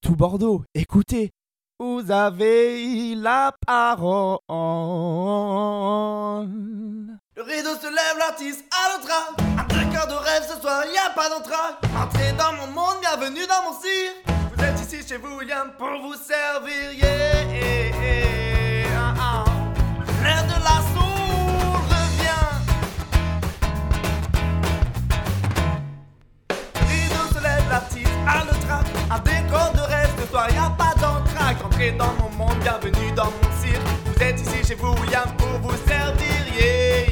tout Bordeaux, écoutez. Vous avez la parole. Le rideau se lève, l'artiste à l'entraque. Un décor de rêve ce soir, y a pas d'entraque. Entrez dans mon monde, bienvenue dans mon cirque. Vous êtes ici chez vous, William, pour vous servir. Yeah, L'air de la soul revient. Le rideau se lève, l'artiste à l'entraque. Un décor de rêve ce soir, y a pas d'entraque. Entrez dans mon monde, bienvenue dans mon cirque. Vous êtes ici chez vous, William, pour vous servir. Yeah,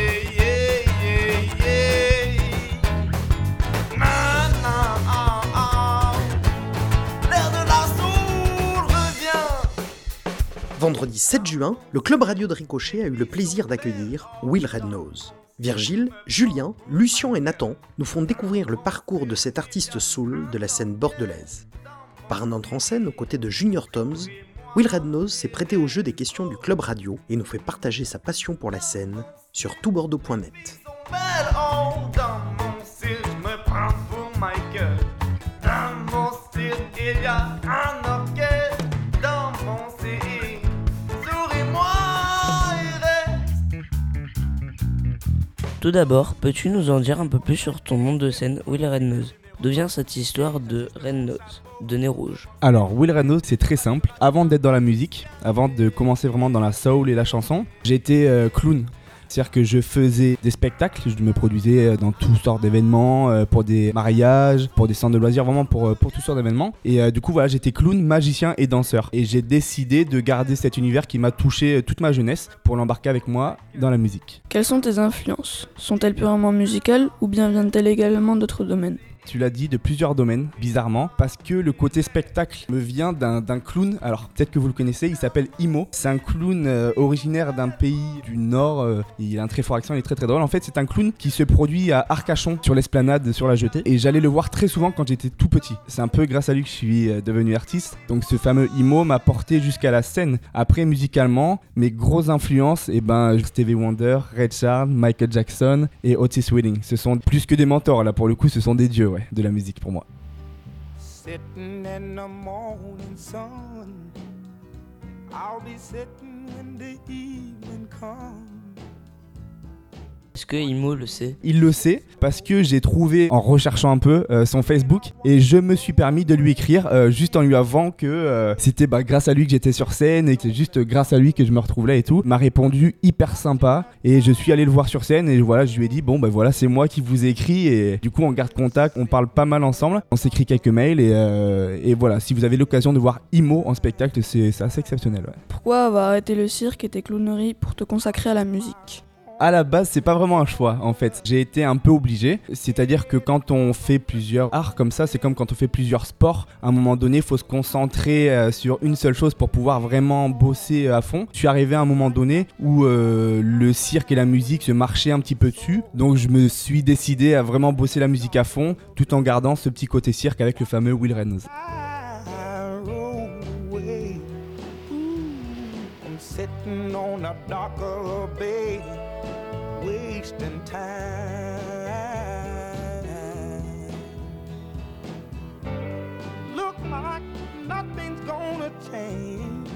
Vendredi 7 juin, le club radio de Ricochet a eu le plaisir d'accueillir Will Rednose. Virgile, Julien, Lucien et Nathan nous font découvrir le parcours de cet artiste soul de la scène bordelaise. Par un entrée en scène aux côtés de Junior Toms, Will Rednose s'est prêté au jeu des questions du club radio et nous fait partager sa passion pour la scène sur toutbordeaux.net. Tout d'abord, peux-tu nous en dire un peu plus sur ton nom de scène, Will Rednose ? D'où vient cette histoire de Rednose, de nez rouge ? Alors, Will Rednose, c'est très simple. Avant d'être dans la musique, avant de commencer vraiment dans la soul et la chanson, j'étais clown. C'est-à-dire que je faisais des spectacles, je me produisais dans toutes sortes d'événements, pour des mariages, pour des centres de loisirs, vraiment pour toutes sortes d'événements. Et du coup, voilà, j'étais clown, magicien et danseur. Et j'ai décidé de garder cet univers qui m'a touché toute ma jeunesse pour l'embarquer avec moi dans la musique. Quelles sont tes influences ? Sont-elles purement musicales ou bien viennent-elles également d'autres domaines ? Tu l'as dit, de plusieurs domaines, bizarrement, parce que le côté spectacle me vient d'un clown. Alors, peut-être que vous le connaissez, il s'appelle Imo. C'est un clown originaire d'un pays du Nord. Il a un très fort accent, il est très très drôle. En fait, c'est un clown qui se produit à Arcachon, sur l'esplanade, sur la Jetée. Et j'allais le voir très souvent quand j'étais tout petit. C'est un peu grâce à lui que je suis devenu artiste. Donc, ce fameux Imo m'a porté jusqu'à la scène. Après, musicalement, mes grosses influences, Stevie Wonder, Ray Charles, Michael Jackson et Otis Redding. Ce sont plus que des mentors, là, pour le coup, ce sont des dieux. De la musique pour moi. Sitting in the morning sun, I'll be sitting when the evening comes. Est-ce que Imo le sait ? Il le sait parce que j'ai trouvé, en recherchant un peu, son Facebook et je me suis permis de lui écrire juste en lui avouant que c'était grâce à lui que j'étais sur scène et que c'est juste grâce à lui que je me retrouve là et tout. Il m'a répondu hyper sympa et je suis allé le voir sur scène et voilà, je lui ai dit bon voilà, c'est moi qui vous ai écrit et du coup on garde contact, on parle pas mal ensemble, on s'écrit quelques mails et voilà, si vous avez l'occasion de voir Imo en spectacle, c'est assez exceptionnel. Ouais. Pourquoi avoir arrêté le cirque et tes clowneries pour te consacrer à la musique ? À la base, c'est pas vraiment un choix en fait. J'ai été un peu obligé. C'est-à-dire que quand on fait plusieurs arts comme ça, c'est comme quand on fait plusieurs sports. À un moment donné, il faut se concentrer sur une seule chose pour pouvoir vraiment bosser à fond. Je suis arrivé à un moment donné où le cirque et la musique se marchaient un petit peu dessus. Donc je me suis décidé à vraiment bosser la musique à fond tout en gardant ce petit côté cirque avec le fameux Will Rednose. Wasting time. Look like nothing's gonna change.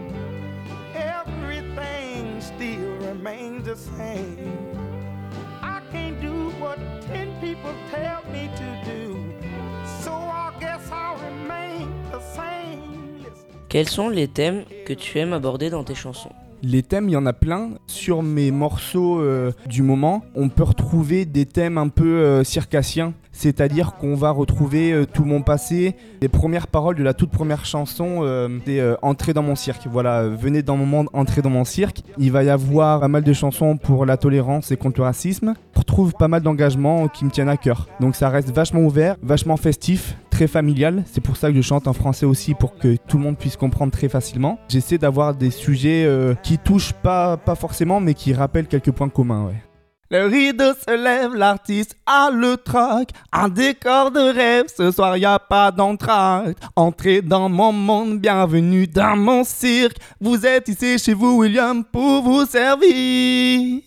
Everything still remains the same. I can't do what 10 people tell me to do. So I guess I'll remain the same. Quels sont les thèmes que tu aimes aborder dans tes chansons ? Les thèmes, il y en a plein. Sur mes morceaux du moment, on peut retrouver des thèmes un peu circassiens. C'est-à-dire qu'on va retrouver tout mon passé. Les premières paroles de la toute première chanson, c'est « Entrez dans mon cirque ». Voilà, venez dans mon monde, entrez dans mon cirque. Il va y avoir pas mal de chansons pour la tolérance et contre le racisme. On retrouve pas mal d'engagements qui me tiennent à cœur. Donc ça reste vachement ouvert, vachement festif, très familial. C'est pour ça que je chante en français aussi, pour que tout le monde puisse comprendre très facilement. J'essaie d'avoir des sujets qui touchent pas forcément, mais qui rappellent quelques points communs, ouais. Le rideau se lève, l'artiste a le trac. Un décor de rêve, ce soir y a pas d'entracte. Entrez dans mon monde, bienvenue dans mon cirque. Vous êtes ici chez vous, William, pour vous servir.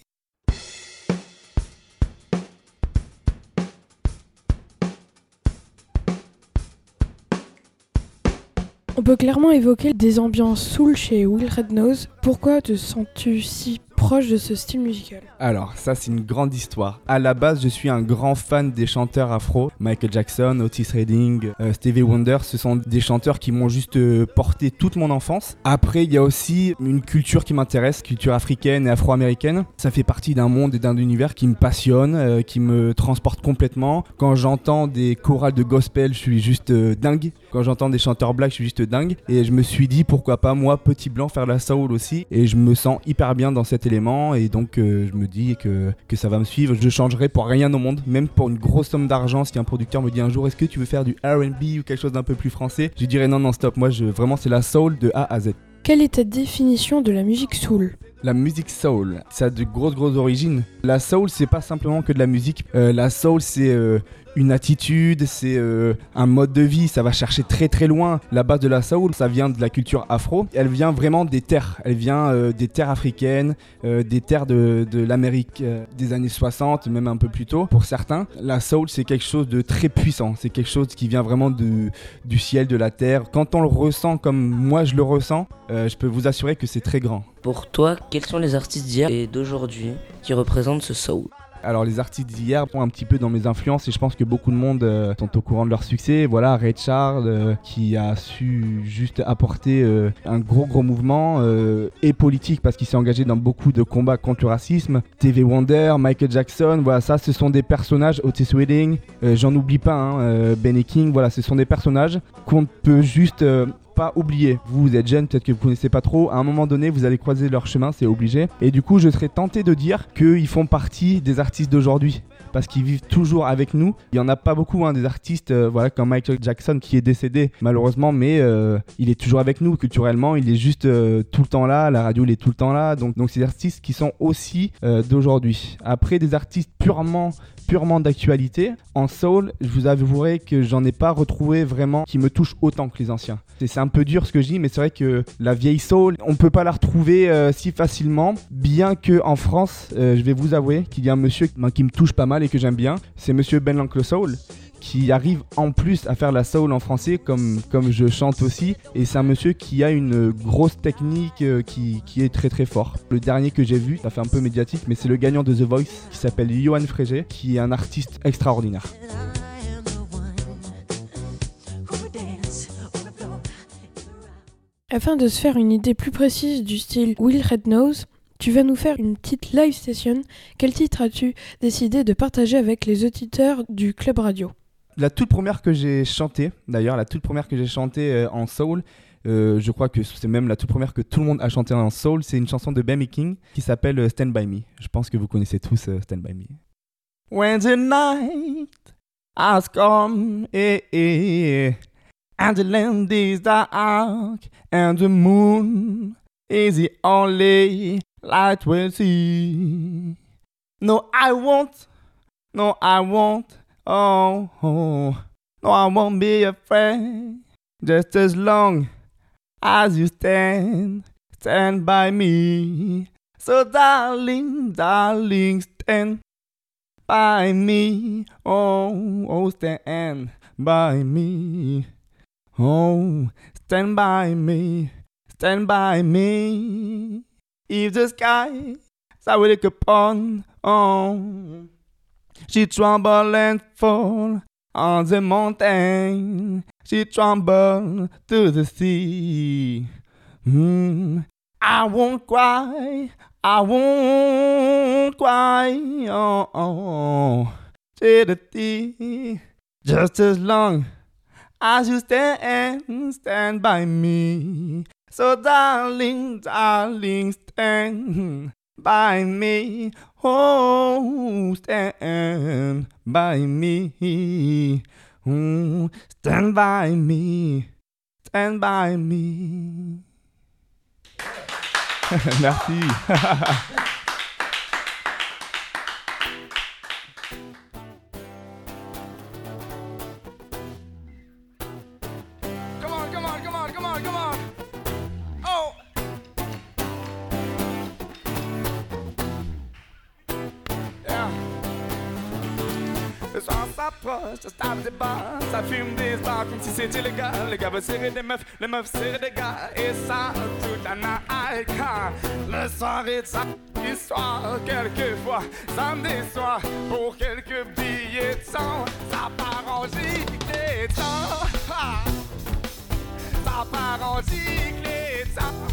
On peut clairement évoquer des ambiances soul chez Will Rednose. Pourquoi te sens-tu si proche de ce style musical ? Alors, ça c'est une grande histoire. À la base, je suis un grand fan des chanteurs afro. Michael Jackson, Otis Redding, Stevie Wonder, ce sont des chanteurs qui m'ont juste porté toute mon enfance. Après, il y a aussi une culture qui m'intéresse, culture africaine et afro-américaine. Ça fait partie d'un monde et d'un univers qui me passionne, qui me transporte complètement. Quand j'entends des chorales de gospel, je suis juste dingue. Quand j'entends des chanteurs black, je suis juste dingue. Et je me suis dit, pourquoi pas moi, petit blanc, faire la soul aussi. Et je me sens hyper bien dans cet élément. Et donc, je me dis que ça va me suivre. Je changerai pour rien au monde, même pour une grosse somme d'argent. Si un producteur me dit un jour, est-ce que tu veux faire du R&B ou quelque chose d'un peu plus français, je dirais non, stop. Moi, vraiment, c'est la soul de A à Z. Quelle est ta définition de la musique soul ? La musique soul, ça a de grosses origines. La soul, c'est pas simplement que de la musique. La soul, c'est une attitude, c'est un mode de vie. Ça va chercher très très loin. La base de la soul, ça vient de la culture afro. Elle vient vraiment des terres. Elle vient des terres africaines, des terres de l'Amérique des années 60, même un peu plus tôt. Pour certains, la soul, c'est quelque chose de très puissant. C'est quelque chose qui vient vraiment du ciel, de la terre. Quand on le ressent comme moi je le ressens, je peux vous assurer que c'est très grand. Pour toi, quels sont les artistes d'hier et d'aujourd'hui qui représentent ce soul ? Alors les artistes d'hier sont un petit peu dans mes influences et je pense que beaucoup de monde sont au courant de leur succès. Voilà, Ray Charles qui a su juste apporter un gros mouvement et politique parce qu'il s'est engagé dans beaucoup de combats contre le racisme. Stevie Wonder, Michael Jackson, voilà, ça ce sont des personnages. Otis Redding, j'en oublie pas, Benny King, voilà, ce sont des personnages qu'on peut juste pas oublier. Vous êtes jeune, peut-être que vous connaissez pas trop. À un moment donné, vous allez croiser leur chemin, c'est obligé. Et du coup, je serais tenté de dire qu'ils font partie des artistes d'aujourd'hui. Parce qu'ils vivent toujours avec nous. Il n'y en a pas beaucoup, des artistes voilà, comme Michael Jackson qui est décédé malheureusement, mais il est toujours avec nous culturellement. Il est juste tout le temps là. La radio, il est tout le temps là. Donc c'est des artistes qui sont aussi d'aujourd'hui. Après, des artistes purement d'actualité. En soul, je vous avouerai que j'en ai pas retrouvé vraiment qui me touche autant que les anciens. C'est un peu dur ce que je dis, mais c'est vrai que la vieille soul, on peut pas la retrouver si facilement. Bien que en France, je vais vous avouer qu'il y a un monsieur qui me touche pas mal et que j'aime bien. C'est monsieur Ben l'Oncle Soul, qui arrive en plus à faire la soul en français comme je chante aussi, et c'est un monsieur qui a une grosse technique qui est très très fort. Le dernier que j'ai vu, ça fait un peu médiatique, mais c'est le gagnant de The Voice qui s'appelle Johan Frégé, qui est un artiste extraordinaire. Afin de se faire une idée plus précise du style Will Rednose, tu vas nous faire une petite live session. Quel titre as-tu décidé de partager avec les auditeurs du Club Radio ? La toute première que j'ai chantée, d'ailleurs, en soul, je crois que c'est même la toute première que tout le monde a chanté en soul, c'est une chanson de Benny King qui s'appelle Stand By Me. Je pense que vous connaissez tous Stand By Me. When the night has come, and the land is dark, and the moon is the only light we'll see. No, I won't. Oh, no, I won't be afraid. Just as long as you stand by me. So darling, stand by me. Oh, stand by me. Oh, stand by me. If the skies are will look upon, she tremble and fall on the mountain. She tremble to the sea. I won't cry. To the sea. Just as long as you stand by me. So darling, stand by me. Oh, stand by me. Oh, stand by me. Stand by me. Merci. Come on. Oh. Yeah. It's all s'approche, ça se tape des barres, ça fume des bars comme si c'était légal. Les gars veulent serrer des meufs, les meufs serrer des gars. Et ça, toute la night, car le soir est de sa histoire. Quelquefois, ça me déçoit pour quelques billets de sang. Ça part en gilet de sang. Ça part en gilet de sang.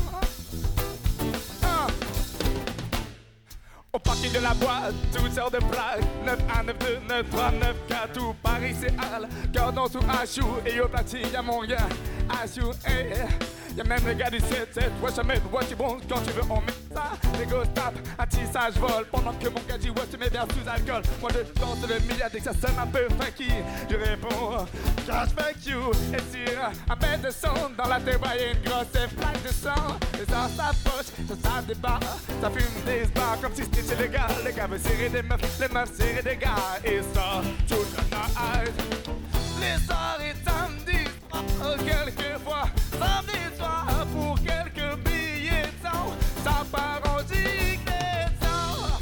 Au parking de la boîte, toutes sortes de plaques 9-1, 9-2, 9-3, 9-4, tout Paris c'est Al, Cordon sous Hachou, et au platine y'a mon gars, Hachou, hey. Y'a même les gars du 7-7, ouais jamais, ouais tu bon, quand tu veux on met ça. Les gosses tapent, un tissage vole, pendant que mon gars dit ouais tu mets bien sous alcool. Moi je danse le milliard dès que ça sonne un peu funky. Je réponds, crash fuck you. Et sur un bête de son, dans la tête y'a une grosse flaque de sang. Et ça s'approche, ça tape des barres, ça fume des bars comme si c'était légal. Les gars veulent serrer des meufs, les meufs serrer des gars. Et ça, toute la night. Les soirées samedi, quelquefois, samedi soir, pour quelques billets de sang, ça part en gilet de sang.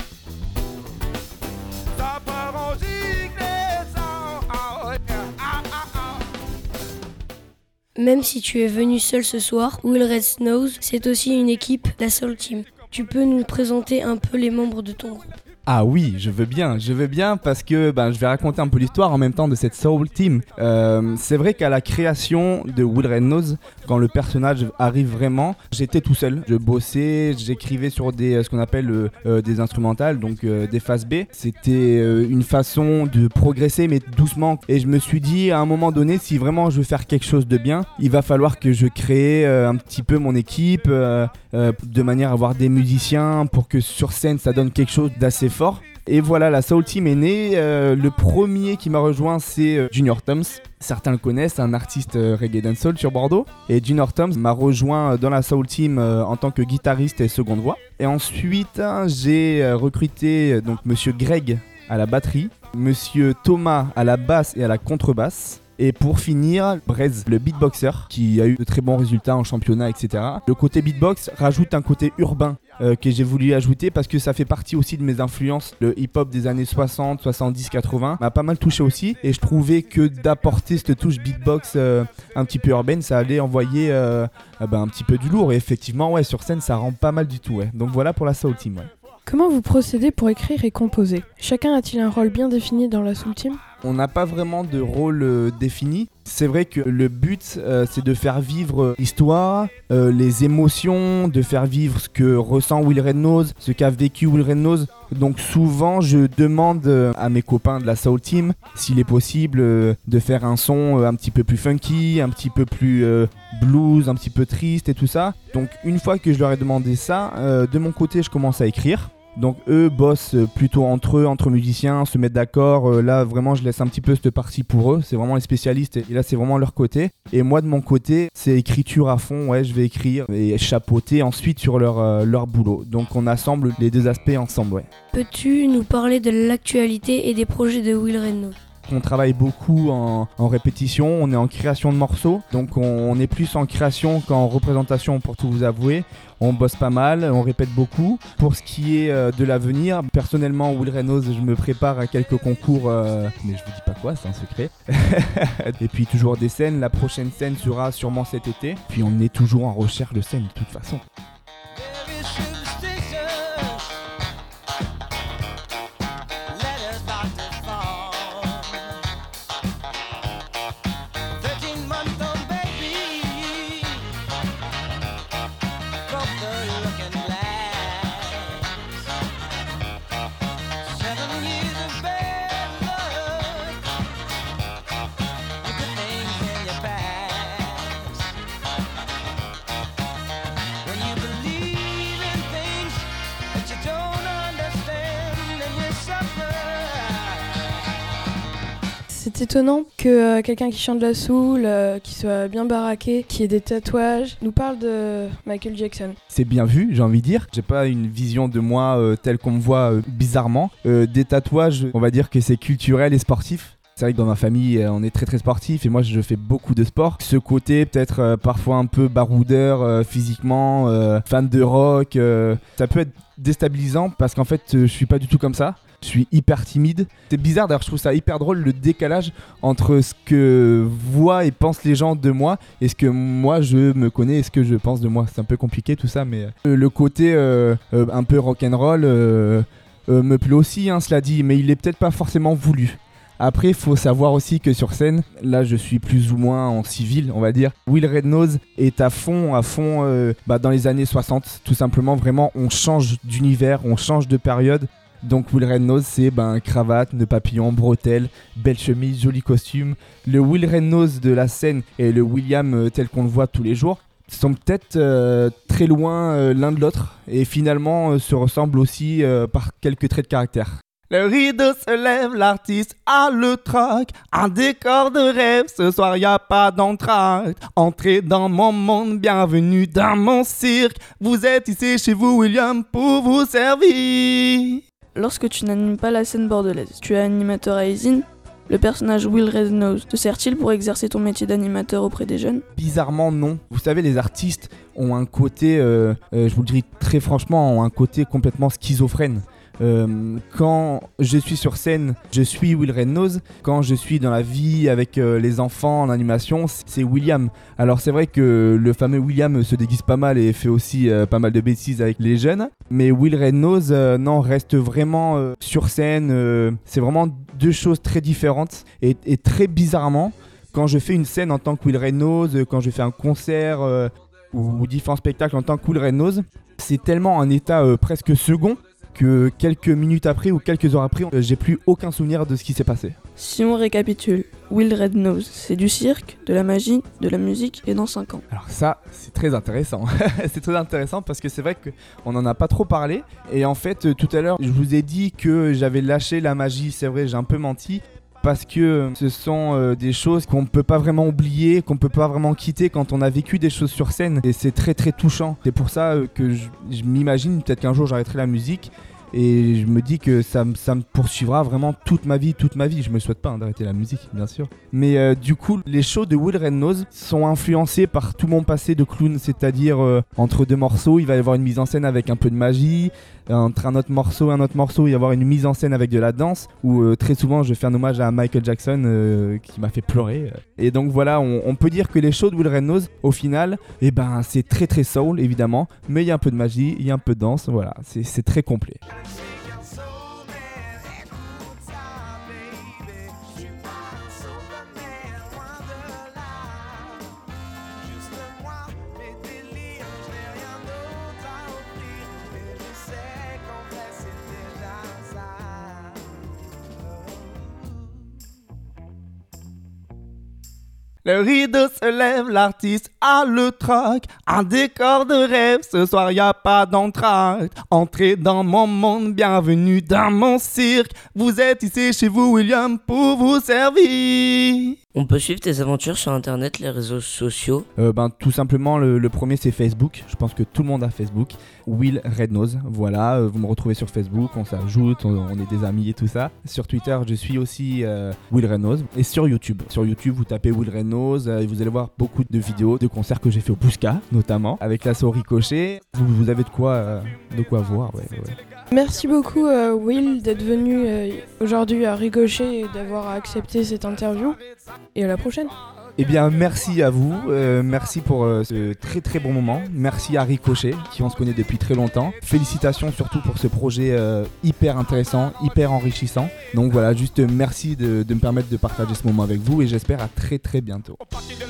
Ça part en gilet de sang. Oh, yeah. Même si tu es venu seul ce soir, Will Red Nose, c'est aussi une équipe, la Soul Team. Tu peux nous présenter un peu les membres de ton groupe? Ah oui, je veux bien parce que je vais raconter un peu l'histoire en même temps de cette Soul Team. C'est vrai qu'à la création de Will Red Nose, quand le personnage arrive vraiment, j'étais tout seul. Je bossais, j'écrivais sur ce qu'on appelle des instrumentales, donc des phases B. C'était une façon de progresser mais doucement. Et je me suis dit à un moment donné, si vraiment je veux faire quelque chose de bien, il va falloir que je crée un petit peu mon équipe de manière à avoir des musiciens pour que sur scène ça donne quelque chose d'assez fort. Et voilà, la Soul Team est née. Le premier qui m'a rejoint, c'est Junior Toms. Certains le connaissent, un artiste reggae dancehall sur Bordeaux. Et Junior Toms m'a rejoint dans la Soul Team en tant que guitariste et seconde voix. Et ensuite, j'ai recruté donc Monsieur Greg à la batterie, Monsieur Thomas à la basse et à la contrebasse. Et pour finir, Brez, le beatboxer, qui a eu de très bons résultats en championnat, etc. Le côté beatbox rajoute un côté urbain que j'ai voulu ajouter parce que ça fait partie aussi de mes influences. Le hip-hop des années 60, 70, 80 m'a pas mal touché aussi. Et je trouvais que d'apporter cette touche beatbox un petit peu urbaine, ça allait envoyer un petit peu du lourd. Et effectivement, ouais, sur scène, ça rend pas mal du tout. Ouais. Donc voilà pour la Soul Team. Ouais. Comment vous procédez pour écrire et composer? Chacun a-t-il un rôle bien défini dans la Soul Team? On n'a pas vraiment de rôle défini. C'est vrai que le but, c'est de faire vivre l'histoire, les émotions, de faire vivre ce que ressent Will Red Nose, ce qu'a vécu Will Red Nose. Donc souvent, je demande à mes copains de la Soul Team s'il est possible de faire un son un petit peu plus funky, un petit peu plus blues, un petit peu triste et tout ça. Donc une fois que je leur ai demandé ça, de mon côté, je commence à écrire. Donc eux bossent plutôt entre musiciens, se mettent d'accord. Là vraiment je laisse un petit peu cette partie pour eux. C'est vraiment les spécialistes et là c'est vraiment leur côté. Et moi de mon côté c'est écriture à fond. Ouais, je vais écrire et chapeauter ensuite sur leur boulot. Donc on assemble les deux aspects ensemble. Ouais. Peux-tu nous parler de l'actualité et des projets de Will Red Nose? On travaille beaucoup en répétition, on est en création de morceaux, donc on est plus en création qu'en représentation pour tout vous avouer. On bosse pas mal, on répète beaucoup. Pour ce qui est de l'avenir, personnellement, Will Red Nose, je me prépare à quelques concours, mais je vous dis pas quoi, c'est un secret. Et puis toujours des scènes, la prochaine scène sera sûrement cet été. Puis on est toujours en recherche de scènes de toute façon. C'est étonnant que quelqu'un qui chante de la soul, qui soit bien baraqué, qui ait des tatouages, nous parle de Michael Jackson. C'est bien vu, j'ai envie de dire. J'ai pas une vision de moi telle qu'on me voit bizarrement. Des tatouages, on va dire que c'est culturel et sportif. C'est vrai que dans ma famille, on est très très sportif et moi je fais beaucoup de sport. Ce côté peut-être parfois un peu baroudeur physiquement, fan de rock, ça peut être déstabilisant parce qu'en fait je suis pas du tout comme ça. Je suis hyper timide. C'est bizarre d'ailleurs, je trouve ça hyper drôle le décalage entre ce que voient et pensent les gens de moi et ce que moi je me connais et ce que je pense de moi. C'est un peu compliqué tout ça, mais le côté un peu rock'n'roll me plaît aussi, hein, cela dit, mais il est peut-être pas forcément voulu. Après, il faut savoir aussi que sur scène, là je suis plus ou moins en civil, on va dire. Will Rednose est à fond dans les années 60. Tout simplement, vraiment, on change d'univers, on change de période. Donc Will Rednose, c'est cravate, nœud papillon, bretelles, belle chemise, joli costume. Le Will Rednose de la scène et le William tel qu'on le voit tous les jours sont peut-être très loin l'un de l'autre et finalement se ressemblent aussi par quelques traits de caractère. Le rideau se lève, l'artiste a le trac, un décor de rêve, ce soir y a pas d'entracte. Entrez dans mon monde, bienvenue dans mon cirque, vous êtes ici chez vous William pour vous servir. Lorsque tu n'animes pas la scène bordelaise, tu es animateur à Isin. Le personnage Will Rednose te sert-il pour exercer ton métier d'animateur auprès des jeunes ? Bizarrement non. Vous savez, les artistes ont un côté, je vous le dis très franchement, ont un côté complètement schizophrène. Quand je suis sur scène, je suis Will Rednose. Quand je suis dans la vie avec les enfants en animation, c'est William. Alors c'est vrai que le fameux William se déguise pas mal et fait aussi pas mal de bêtises avec les jeunes. Mais Will Rednose, non, reste vraiment sur scène. C'est vraiment deux choses très différentes et très bizarrement, quand je fais une scène en tant que Will Rednose, quand je fais un concert ou différents spectacles en tant que Will Rednose, c'est tellement un état presque second que quelques minutes après ou quelques heures après, j'ai plus aucun souvenir de ce qui s'est passé. Si on récapitule, Will Rednose, c'est du cirque, de la magie, de la musique et dans 5 ans. Alors ça, c'est très intéressant. C'est très intéressant parce que c'est vrai qu'on n'en a pas trop parlé. Et en fait, tout à l'heure, je vous ai dit que j'avais lâché la magie. C'est vrai, j'ai un peu menti. Parce que ce sont des choses qu'on ne peut pas vraiment oublier, qu'on ne peut pas vraiment quitter quand on a vécu des choses sur scène. Et c'est très très touchant. C'est pour ça que je m'imagine peut-être qu'un jour j'arrêterai la musique. Et je me dis que ça me poursuivra vraiment toute ma vie. Je me souhaite pas d'arrêter la musique, bien sûr. Mais du coup, les shows de Will Rednose sont influencés par tout mon passé de clown. C'est-à-dire, entre deux morceaux, il va y avoir une mise en scène avec un peu de magie. Entre un autre morceau et un autre morceau, il va y avoir une mise en scène avec de la danse. Où très souvent, je fais un hommage à Michael Jackson qui m'a fait pleurer. Et donc voilà, on peut dire que les shows de Will Rednose, au final, c'est très très soul, évidemment. Mais il y a un peu de magie, il y a un peu de danse. Voilà, c'est très complet. Le rideau se lève, l'artiste a le trac, un décor de rêve, ce soir y a pas d'entracte. Entrez dans mon monde, bienvenue dans mon cirque, vous êtes ici chez vous William pour vous servir. On peut suivre tes aventures sur internet, les réseaux sociaux. Tout simplement, le premier c'est Facebook. Je pense que tout le monde a Facebook. Will Rednose, voilà. Vous me retrouvez sur Facebook, on s'ajoute, on est des amis et tout ça. Sur Twitter, je suis aussi Will Rednose. Et sur YouTube, vous tapez Will Rednose et vous allez voir beaucoup de vidéos, de concerts que j'ai fait au Bousca, notamment, avec l'assaut Ricochet. Vous avez de quoi voir, ouais. Merci beaucoup Will d'être venu aujourd'hui à Ricochet et d'avoir accepté cette interview. Et à la prochaine. Eh bien, merci à vous, merci pour ce très très bon moment. Merci à Ricochet, qui on se connaît depuis très longtemps. Félicitations surtout pour ce projet hyper intéressant, hyper enrichissant. Donc voilà, juste merci de me permettre de partager ce moment avec vous et j'espère à très très bientôt.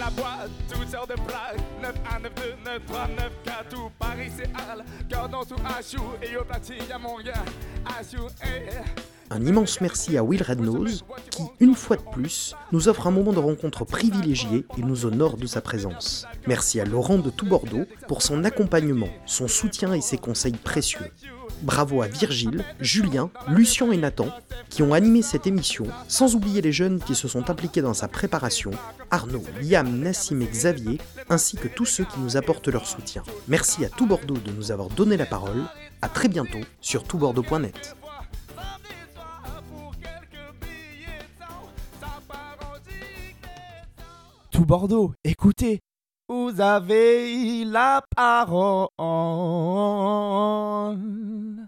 Un immense merci à Will Rednose qui, une fois de plus, nous offre un moment de rencontre privilégié et nous honore de sa présence. Merci à Laurent de Tout Bordeaux pour son accompagnement, son soutien et ses conseils précieux. Bravo à Virgile, Julien, Lucien et Nathan qui ont animé cette émission, sans oublier les jeunes qui se sont impliqués dans sa préparation, Arnaud, Liam, Nassim et Xavier, ainsi que tous ceux qui nous apportent leur soutien. Merci à Tout Bordeaux de nous avoir donné la parole. À très bientôt sur toutbordeaux.net. Tout Bordeaux, écoutez, vous avez la parole.